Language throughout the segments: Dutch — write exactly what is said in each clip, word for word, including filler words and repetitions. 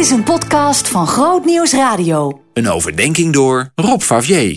is een podcast van Groot Nieuws Radio. Een overdenking door Rob Favier.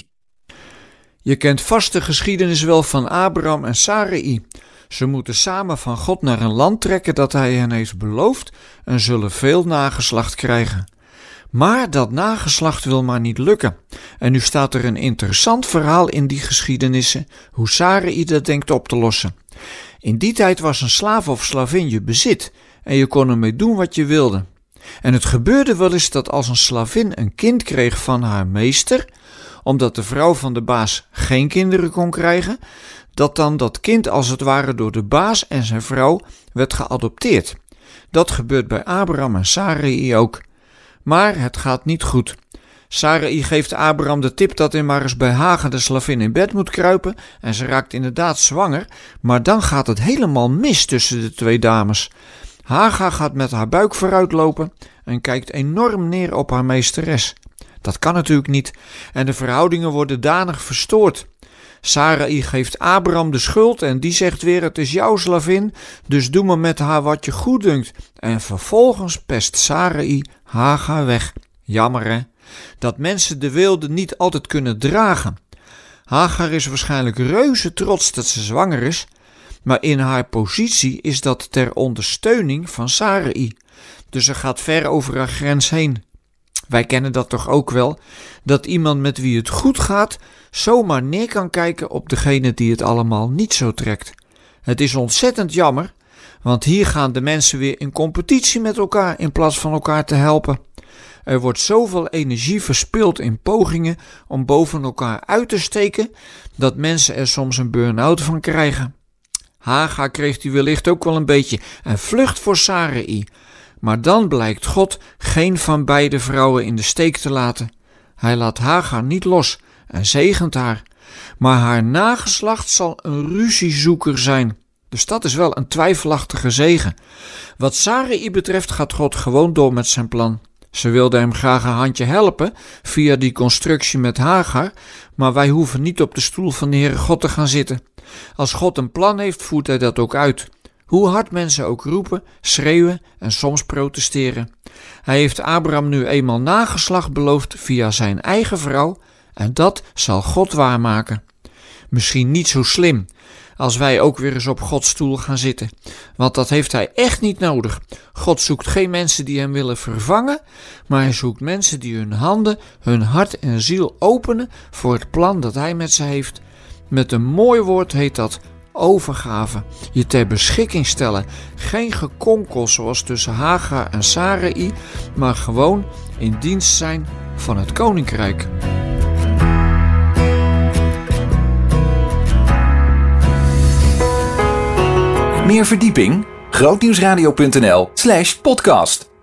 Je kent vast de geschiedenis wel van Abraham en Sarai. Ze moeten samen van God naar een land trekken dat hij hen heeft beloofd en zullen veel nageslacht krijgen. Maar dat nageslacht wil maar niet lukken. En nu staat er een interessant verhaal in die geschiedenissen, hoe Sarai dat denkt op te lossen. In die tijd was een slaaf of slavin je bezit en je kon ermee doen wat je wilde. En het gebeurde wel eens dat als een slavin een kind kreeg van haar meester, omdat de vrouw van de baas geen kinderen kon krijgen, dat dan dat kind als het ware door de baas en zijn vrouw werd geadopteerd. Dat gebeurt bij Abraham en Sarai ook. Maar het gaat niet goed. Sarai geeft Abraham de tip dat hij maar eens bij Hagar de slavin in bed moet kruipen en ze raakt inderdaad zwanger, maar dan gaat het helemaal mis tussen de twee dames. Hagar gaat met haar buik vooruitlopen en kijkt enorm neer op haar meesteres. Dat kan natuurlijk niet en de verhoudingen worden danig verstoord. Sarai geeft Abraham de schuld en die zegt weer: het is jouw slavin, dus doe maar met haar wat je goeddunkt. En vervolgens pest Sarai Hagar weg. Jammer hè, dat mensen de weelde niet altijd kunnen dragen. Hagar is waarschijnlijk reuze trots dat ze zwanger is, maar in haar positie is dat ter ondersteuning van Sarai. Dus ze gaat ver over haar grens heen. Wij kennen dat toch ook wel, dat iemand met wie het goed gaat zomaar neer kan kijken op degene die het allemaal niet zo trekt. Het is ontzettend jammer, want hier gaan de mensen weer in competitie met elkaar in plaats van elkaar te helpen. Er wordt zoveel energie verspild in pogingen om boven elkaar uit te steken, dat mensen er soms een burn-out van krijgen. Hagar kreeg die wellicht ook wel een beetje en vlucht voor Sarai. Maar dan blijkt God geen van beide vrouwen in de steek te laten. Hij laat Hagar niet los en zegent haar. Maar haar nageslacht zal een ruziezoeker zijn. Dus dat is wel een twijfelachtige zegen. Wat Sarai betreft gaat God gewoon door met zijn plan. Ze wilde hem graag een handje helpen via die constructie met Hagar, maar wij hoeven niet op de stoel van de Heere God te gaan zitten. Als God een plan heeft, voert hij dat ook uit. Hoe hard mensen ook roepen, schreeuwen en soms protesteren. Hij heeft Abraham nu eenmaal nageslacht beloofd via zijn eigen vrouw en dat zal God waarmaken. Misschien niet zo slim als wij ook weer eens op Gods stoel gaan zitten, want dat heeft hij echt niet nodig. God zoekt geen mensen die hem willen vervangen, maar hij zoekt mensen die hun handen, hun hart en ziel openen voor het plan dat hij met ze heeft. Met een mooi woord heet dat overgave, je ter beschikking stellen. Geen gekonkel zoals tussen Hagar en Sarai, maar gewoon in dienst zijn van het koninkrijk. Meer verdieping? grootnieuwsradio punt n l slash podcast